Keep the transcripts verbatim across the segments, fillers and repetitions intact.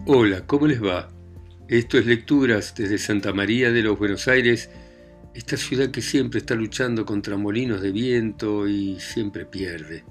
Hola, ¿cómo les va? Esto es Lecturas desde Santa María de los Buenos Aires, esta ciudad que siempre está luchando contra molinos de viento y siempre pierde.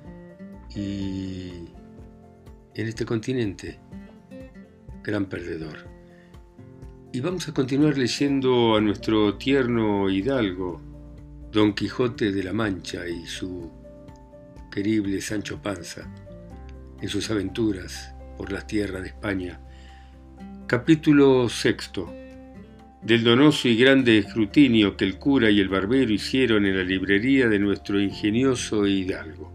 Y en este continente, gran perdedor. Y vamos a continuar leyendo a nuestro tierno hidalgo, Don Quijote de la Mancha y su querible Sancho Panza, en sus aventuras por las tierras de España. Capítulo sexto. Del donoso y grande escrutinio que el cura y el barbero hicieron en la librería de nuestro ingenioso hidalgo,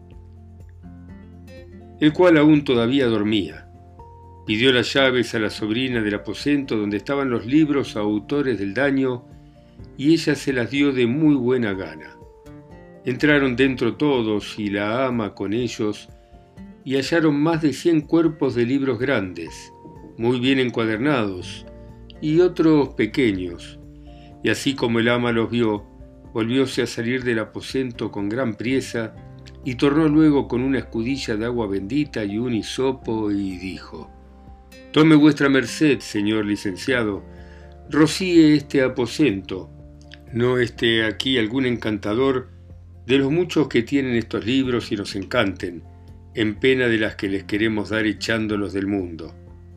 el cual aún todavía dormía. Pidió las llaves a la sobrina del aposento donde estaban los libros autores del daño, y ella se las dio de muy buena gana. Entraron dentro todos y la ama con ellos, y hallaron más de cien cuerpos de libros grandes, muy bien encuadernados, y otros pequeños. Y así como el ama los vio, volvióse a salir del aposento con gran priesa, y tornó luego con una escudilla de agua bendita y un hisopo, y dijo: «Tome vuestra merced, señor licenciado, rocíe este aposento, no esté aquí algún encantador de los muchos que tienen estos libros y nos encanten, en pena de las que les queremos dar echándolos del mundo».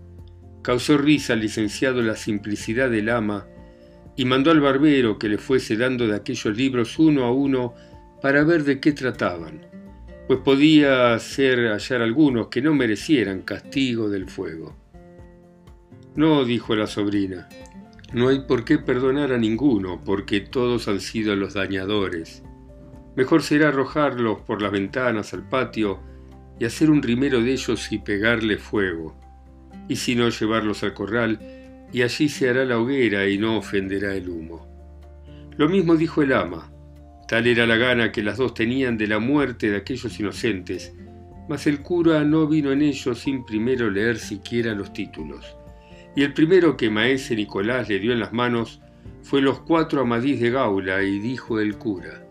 Causó risa al licenciado la simplicidad del ama, y mandó al barbero que le fuese dando de aquellos libros uno a uno para ver de qué trataban, pues podía ser hallar algunos que no merecieran castigo del fuego. «No», dijo la sobrina, «no hay por qué perdonar a ninguno, porque todos han sido los dañadores. Mejor será arrojarlos por las ventanas al patio y hacer un rimero de ellos y pegarle fuego, y si no, llevarlos al corral, y allí se hará la hoguera y no ofenderá el humo». Lo mismo dijo el ama. Tal era la gana que las dos tenían de la muerte de aquellos inocentes, mas el cura no vino en ello sin primero leer siquiera los títulos. Y el primero que maese Nicolás le dio en las manos fue Los cuatro Amadís de Gaula, y dijo el cura: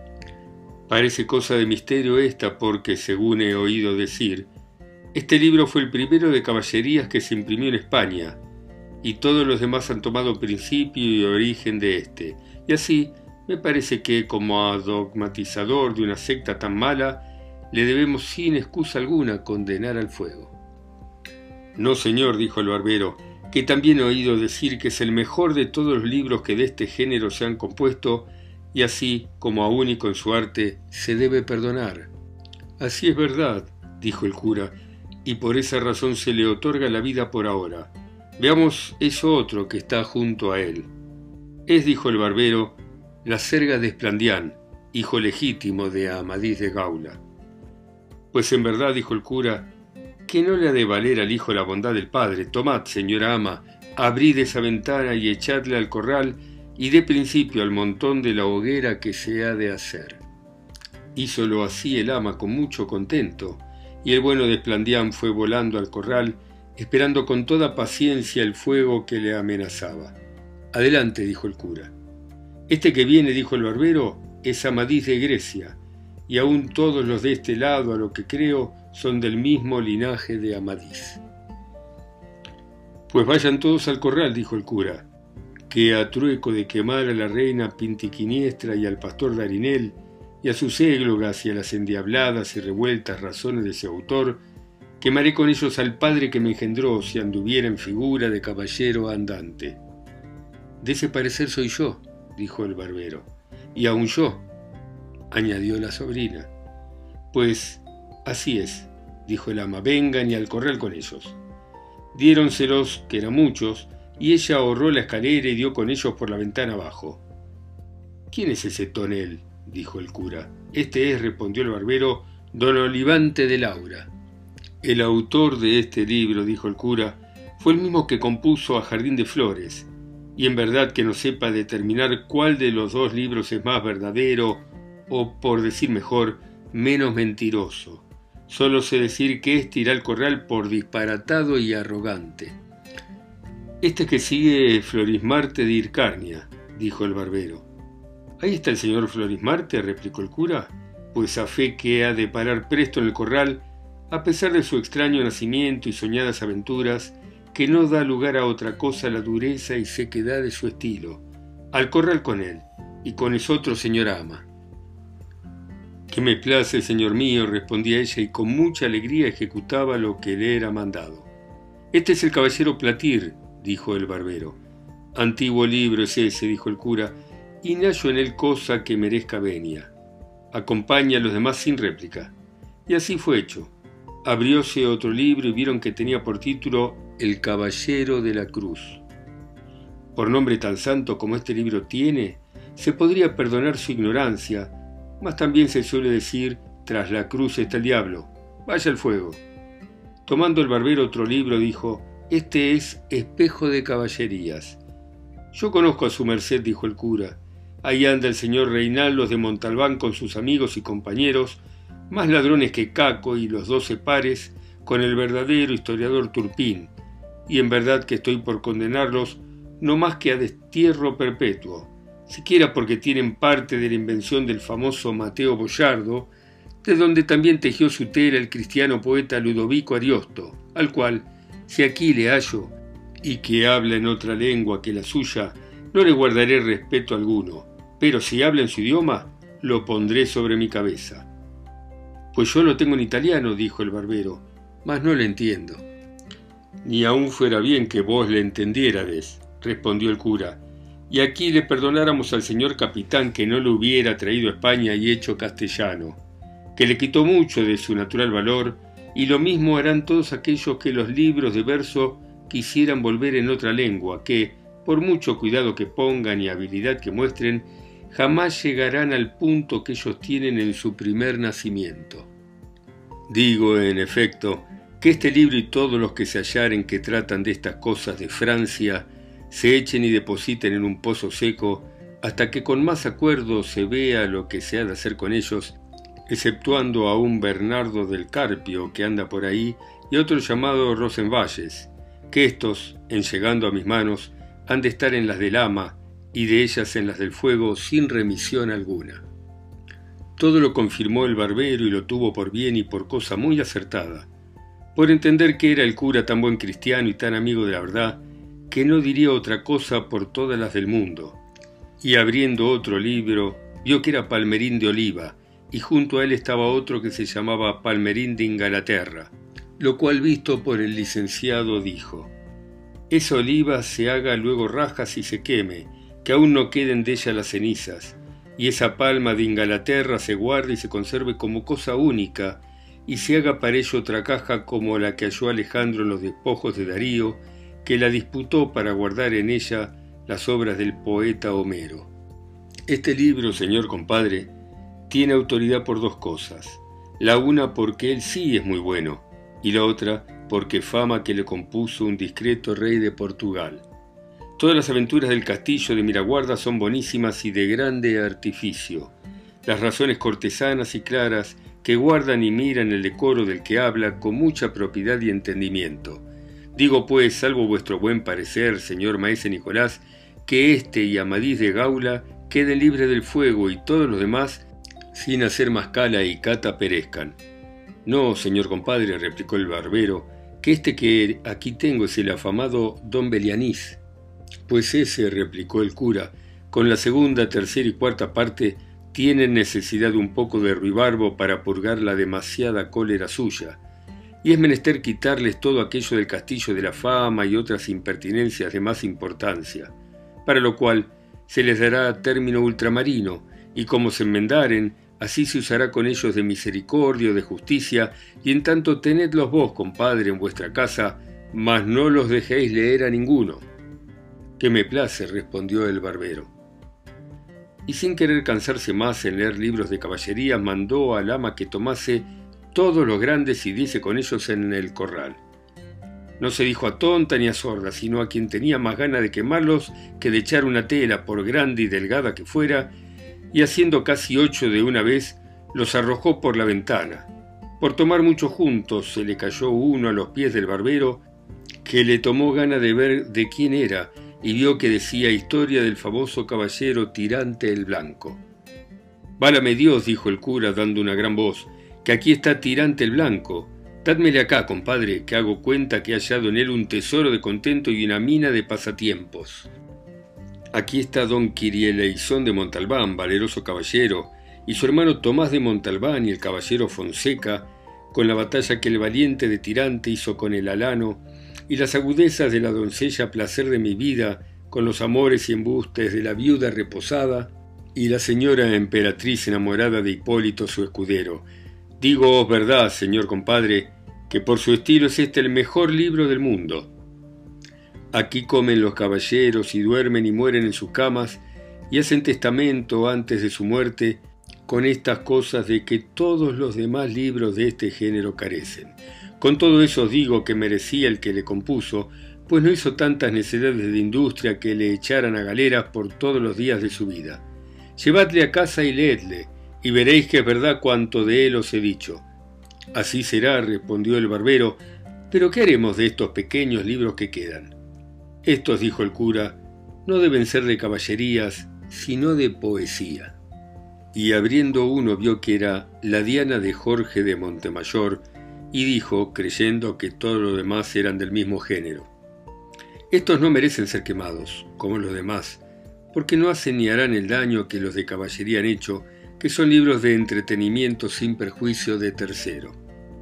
«Parece cosa de misterio esta, porque, según he oído decir, este libro fue el primero de caballerías que se imprimió en España, y todos los demás han tomado principio y origen de este, y así me parece que, como a dogmatizador de una secta tan mala, le debemos sin excusa alguna condenar al fuego». «No, señor», dijo el barbero, «que también he oído decir que es el mejor de todos los libros que de este género se han compuesto, y así, como a único en su arte, se debe perdonar». «Así es verdad», dijo el cura, «y por esa razón se le otorga la vida por ahora. Veamos eso otro que está junto a él. Es», dijo el barbero, «la Serga de Esplandián, hijo legítimo de Amadís de Gaula». «Pues en verdad», dijo el cura, «que no le ha de valer al hijo la bondad del padre. Tomad, señora ama, abrid esa ventana y echadle al corral, y dé principio al montón de la hoguera que se ha de hacer». Hízolo así el ama con mucho contento, y el bueno de Esplandián fue volando al corral, esperando con toda paciencia el fuego que le amenazaba. «Adelante», dijo el cura. «Este que viene», dijo el barbero, «es Amadís de Grecia, y aún todos los de este lado, a lo que creo, son del mismo linaje de Amadís». «Pues vayan todos al corral», dijo el cura, «que a trueco de quemar a la reina Pintiquiniestra y al pastor Darinel, y a sus églogas y a las endiabladas y revueltas razones de ese autor, quemaré con ellos al padre que me engendró, si anduviera en figura de caballero andante». «De ese parecer soy yo», dijo el barbero. «Y aún yo», añadió la sobrina. «Pues así es», dijo el ama, «vengan y al corral con ellos». Diéronselos, que eran muchos, y ella ahorró la escalera y dio con ellos por la ventana abajo. «¿Quién es ese tonel?», dijo el cura. «Este es», respondió el barbero, «don Olivante de Laura». «El autor de este libro», dijo el cura, «fue el mismo que compuso a Jardín de Flores, y en verdad que no sepa determinar cuál de los dos libros es más verdadero, o, por decir mejor, menos mentiroso. Solo sé decir que este irá al corral por disparatado y arrogante». «Este que sigue es Florismarte de Hircania», dijo el barbero. «Ahí está el señor Florismarte», replicó el cura, «pues a fe que ha de parar presto en el corral a pesar de su extraño nacimiento y soñadas aventuras, que no da lugar a otra cosa la dureza y sequedad de su estilo. Al corral con él, y con esotro, señora ama. —Que me place, señor mío —respondía ella, y con mucha alegría ejecutaba lo que le era mandado. —Este es el caballero Platir —dijo el barbero. —Antiguo libro es ese —dijo el cura—, y no hallo en él cosa que merezca venia. Acompaña a los demás sin réplica. Y así fue hecho. Abrióse otro libro y vieron que tenía por título El Caballero de la Cruz. Por nombre tan santo como este libro tiene, se podría perdonar su ignorancia, mas también se suele decir, tras la cruz está el diablo, vaya al fuego. Tomando el barbero otro libro, dijo, este es Espejo de Caballerías. Yo conozco a su merced, dijo el cura. Ahí anda el señor Reinaldos de Montalbán con sus amigos y compañeros, más ladrones que Caco y los doce pares, con el verdadero historiador Turpín, y en verdad que estoy por condenarlos no más que a destierro perpetuo, siquiera porque tienen parte de la invención del famoso Mateo Boyardo, de donde también tejió su tela el cristiano poeta Ludovico Ariosto, al cual, si aquí le hallo, y que habla en otra lengua que la suya, no le guardaré respeto alguno, pero si habla en su idioma, lo pondré sobre mi cabeza. Pues yo lo tengo en italiano, dijo el barbero, mas no le entiendo. Ni aun fuera bien que vos le entendiérades, respondió el cura, y aquí le perdonáramos al señor capitán que no lo hubiera traído a España y hecho castellano, que le quitó mucho de su natural valor, y lo mismo harán todos aquellos que los libros de verso quisieran volver en otra lengua, que, por mucho cuidado que pongan y habilidad que muestren, jamás llegarán al punto que ellos tienen en su primer nacimiento. Digo, en efecto, que este libro y todos los que se hallaren que tratan de estas cosas de Francia se echen y depositen en un pozo seco hasta que con más acuerdo se vea lo que se ha de hacer con ellos, exceptuando a un Bernardo del Carpio que anda por ahí y otro llamado Rosenvalles, que estos, en llegando a mis manos, han de estar en las del ama y de ellas en las del fuego sin remisión alguna. Todo lo confirmó el barbero y lo tuvo por bien y por cosa muy acertada, por entender que era el cura tan buen cristiano y tan amigo de la verdad, que no diría otra cosa por todas las del mundo. Y abriendo otro libro, vio que era Palmerín de Oliva, y junto a él estaba otro que se llamaba Palmerín de Ingalaterra, lo cual visto por el licenciado dijo, esa oliva se haga luego rajas y se queme, que aún no queden de ella las cenizas, y esa palma de Ingalaterra se guarde y se conserve como cosa única, y se haga para ello otra caja como la que halló Alejandro en los despojos de Darío, que la disputó para guardar en ella las obras del poeta Homero. Este libro, señor compadre, tiene autoridad por dos cosas, la una porque él sí es muy bueno, y la otra porque fama que le compuso un discreto rey de Portugal. Todas las aventuras del castillo de Miraguarda son bonísimas y de grande artificio. Las razones cortesanas y claras que guardan y miran el decoro del que habla con mucha propiedad y entendimiento. Digo pues, salvo vuestro buen parecer, señor maese Nicolás, que éste y Amadís de Gaula queden libres del fuego y todos los demás, sin hacer más cala y cata, perezcan. No, señor compadre, replicó el barbero, que este que aquí tengo es el afamado don Belianís. Pues ese, replicó el cura, con la segunda, tercera y cuarta parte, tienen necesidad de un poco de ruibarbo para purgar la demasiada cólera suya, y es menester quitarles todo aquello del castillo de la fama y otras impertinencias de más importancia, para lo cual se les dará término ultramarino, y como se enmendaren, así se usará con ellos de misericordia o de justicia, y en tanto tenedlos vos, compadre, en vuestra casa, mas no los dejéis leer a ninguno. —Que me place —respondió el barbero. Y sin querer cansarse más en leer libros de caballería, mandó al ama que tomase todos los grandes y diese con ellos en el corral. No se dijo a tonta ni a sorda, sino a quien tenía más gana de quemarlos que de echar una tela, por grande y delgada que fuera, y haciendo casi ocho de una vez, los arrojó por la ventana. Por tomar muchos juntos, se le cayó uno a los pies del barbero, que le tomó gana de ver de quién era, y vio que decía historia del famoso caballero Tirante el Blanco. «Válame Dios», dijo el cura dando una gran voz, «que aquí está Tirante el Blanco, Dádmele acá, compadre, que hago cuenta que he hallado en él un tesoro de contento y una mina de pasatiempos. Aquí está don Quirieleisón de Montalbán, valeroso caballero, y su hermano Tomás de Montalbán y el caballero Fonseca, con la batalla que el valiente de Tirante hizo con el alano, y las agudezas de la doncella placer de mi vida, con los amores y embustes de la viuda reposada, y la señora emperatriz enamorada de Hipólito su escudero. Digo verdad, señor compadre, que por su estilo es este el mejor libro del mundo. Aquí comen los caballeros y duermen y mueren en sus camas, y hacen testamento antes de su muerte, con estas cosas de que todos los demás libros de este género carecen. Con todo eso digo que merecía el que le compuso, pues no hizo tantas necesidades de industria que le echaran a galeras por todos los días de su vida. Llevadle a casa y leedle, y veréis que es verdad cuanto de él os he dicho. Así será, respondió el barbero, pero ¿qué haremos de estos pequeños libros que quedan? Estos, dijo el cura, no deben ser de caballerías, sino de poesía. Y abriendo uno vio que era La Diana de Jorge de Montemayor, y dijo, creyendo que todos los demás eran del mismo género: estos no merecen ser quemados, como los demás, porque no hacen ni harán el daño que los de caballería han hecho, que son libros de entretenimiento sin perjuicio de tercero.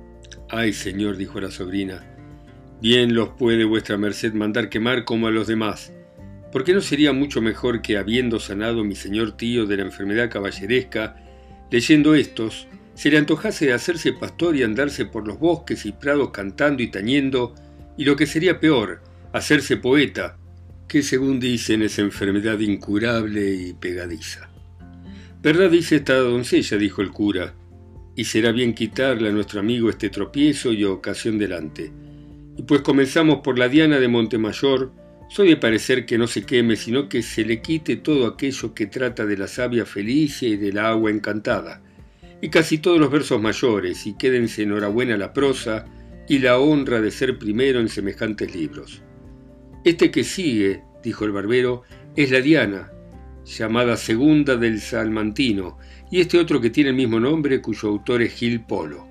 Ay, señor, dijo la sobrina, bien los puede vuestra merced mandar quemar como a los demás, porque no sería mucho mejor que, habiendo sanado mi señor tío de la enfermedad caballeresca, leyendo estos, se le antojase de hacerse pastor y andarse por los bosques y prados cantando y tañendo, y lo que sería peor, hacerse poeta, que según dicen es enfermedad incurable y pegadiza. Verdad dice esta doncella, dijo el cura, y será bien quitarle a nuestro amigo este tropiezo y ocasión delante. Y pues comenzamos por la Diana de Montemayor, soy de parecer que no se queme, sino que se le quite todo aquello que trata de la savia Felicia y de la agua encantada, y casi todos los versos mayores, y quédense enhorabuena la prosa y la honra de ser primero en semejantes libros. Este que sigue, dijo el barbero, es la Diana, llamada Segunda del Salmantino, y este otro que tiene el mismo nombre, cuyo autor es Gil Polo.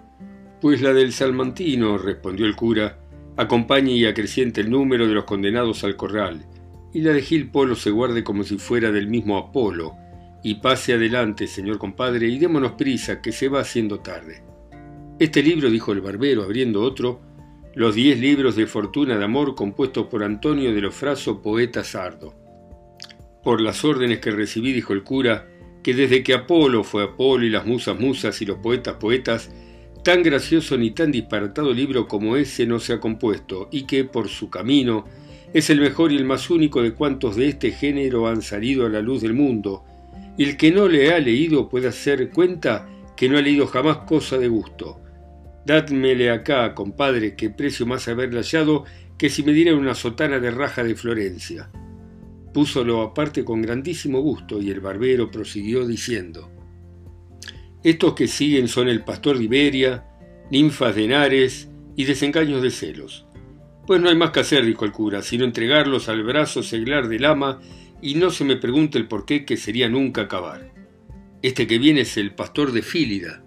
Pues la del Salmantino, respondió el cura, acompañe y acreciente el número de los condenados al corral, y la de Gil Polo se guarde como si fuera del mismo Apolo, y pase adelante, señor compadre, y démonos prisa, que se va haciendo tarde. Este libro, dijo el barbero, abriendo otro, los diez libros de fortuna de amor compuestos por Antonio de los Fraso, poeta sardo. Por las órdenes que recibí, dijo el cura, que desde que Apolo fue Apolo y las musas musas y los poetas poetas, tan gracioso ni tan disparatado libro como ese no se ha compuesto, y que, por su camino, es el mejor y el más único de cuantos de este género han salido a la luz del mundo, y el que no le ha leído puede hacer cuenta que no ha leído jamás cosa de gusto. Dádmele acá, compadre, que precio más haberle hallado que si me dieran una sotana de raja de Florencia. Púsolo aparte con grandísimo gusto, y el barbero prosiguió diciendo: estos que siguen son El pastor de Iberia, Ninfas de Henares y Desengaños de celos. Pues no hay más que hacer, dijo el cura, sino entregarlos al brazo seglar del ama, y no se me pregunte el porqué, que sería nunca acabar. Este que viene es El pastor de Fílida.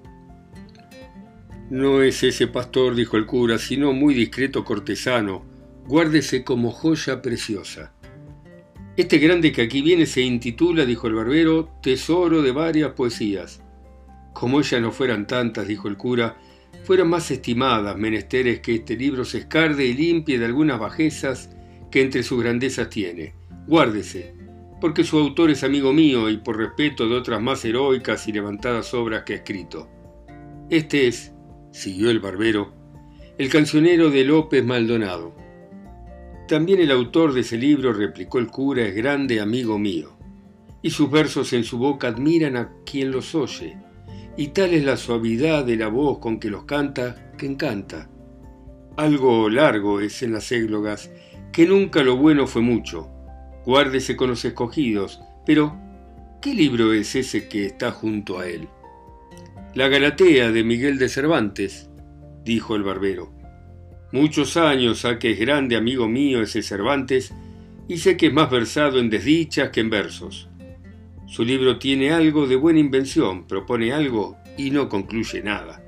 No es ese pastor, dijo el cura, sino muy discreto cortesano, guárdese como joya preciosa. Este grande que aquí viene se intitula, dijo el barbero, Tesoro de varias poesías. Como ellas no fueran tantas, dijo el cura, fueran más estimadas, menesteres que este libro se escarde y limpie de algunas bajezas que entre sus grandezas tiene. Guárdese, porque su autor es amigo mío y por respeto de otras más heroicas y levantadas obras que ha escrito. Este es, siguió el barbero, el cancionero de López Maldonado. También el autor de ese libro, replicó el cura, es grande amigo mío, y sus versos en su boca admiran a quien los oye, y tal es la suavidad de la voz con que los canta, que encanta. Algo largo es en las églogas, que nunca lo bueno fue mucho. Guárdese con los escogidos, pero ¿qué libro es ese que está junto a él? La Galatea de Miguel de Cervantes, dijo el barbero. Muchos años ha que es grande amigo mío ese Cervantes, y sé que es más versado en desdichas que en versos. Su libro tiene algo de buena invención, propone algo y no concluye nada.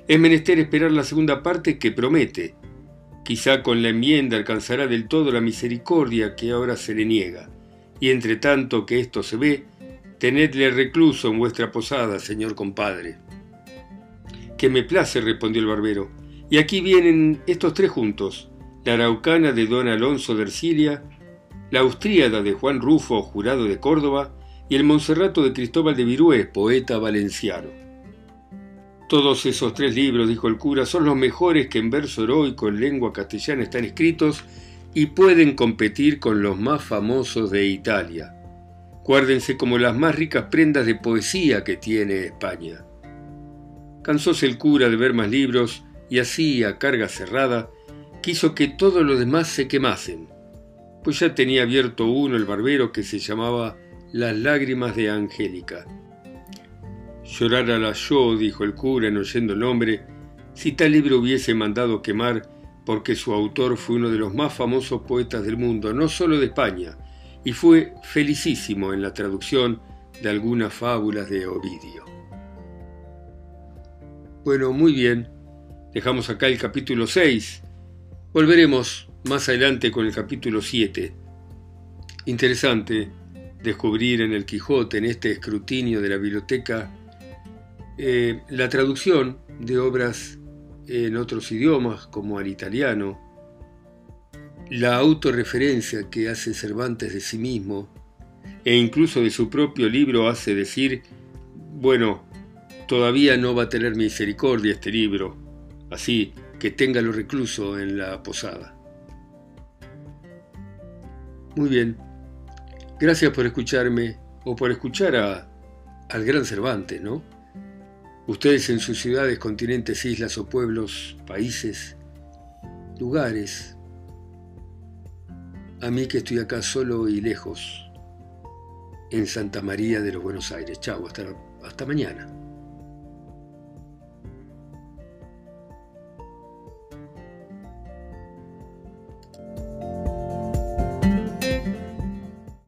Es menester esperar la segunda parte que promete. Quizá con la enmienda alcanzará del todo la misericordia que ahora se le niega. Y entre tanto que esto se ve, tenedle recluso en vuestra posada, señor compadre. Que me place, respondió el barbero. Y aquí vienen estos tres juntos, la araucana de don Alonso de Ercilia, la austríada de Juan Rufo, jurado de Córdoba, y el Monserrato de Cristóbal de Virués, poeta valenciano. Todos esos tres libros, dijo el cura, son los mejores que en verso heroico en lengua castellana están escritos y pueden competir con los más famosos de Italia. Guárdense como las más ricas prendas de poesía que tiene España. Cansóse el cura de ver más libros y así, a carga cerrada, quiso que todos los demás se quemasen, pues ya tenía abierto uno el barbero que se llamaba Las lágrimas de Angélica. Llorara yo, dijo el cura en oyendo el nombre, si tal libro hubiese mandado quemar, porque su autor fue uno de los más famosos poetas del mundo, no solo de España, y fue felicísimo en la traducción de algunas fábulas de Ovidio. Bueno, muy bien, dejamos acá el capítulo seis. Volveremos más adelante con el capítulo siete. Interesante descubrir en el Quijote, en este escrutinio de la biblioteca, eh, la traducción de obras en otros idiomas, como al italiano, la autorreferencia que hace Cervantes de sí mismo, e incluso de su propio libro hace decir, bueno, todavía no va a tener misericordia este libro, así que téngalo recluso en la posada. Muy bien, gracias por escucharme, o por escuchar a, al gran Cervantes, ¿no? Ustedes en sus ciudades, continentes, islas o pueblos, países, lugares. A mí que estoy acá solo y lejos, en Santa María de los Buenos Aires. Chau, hasta, hasta mañana.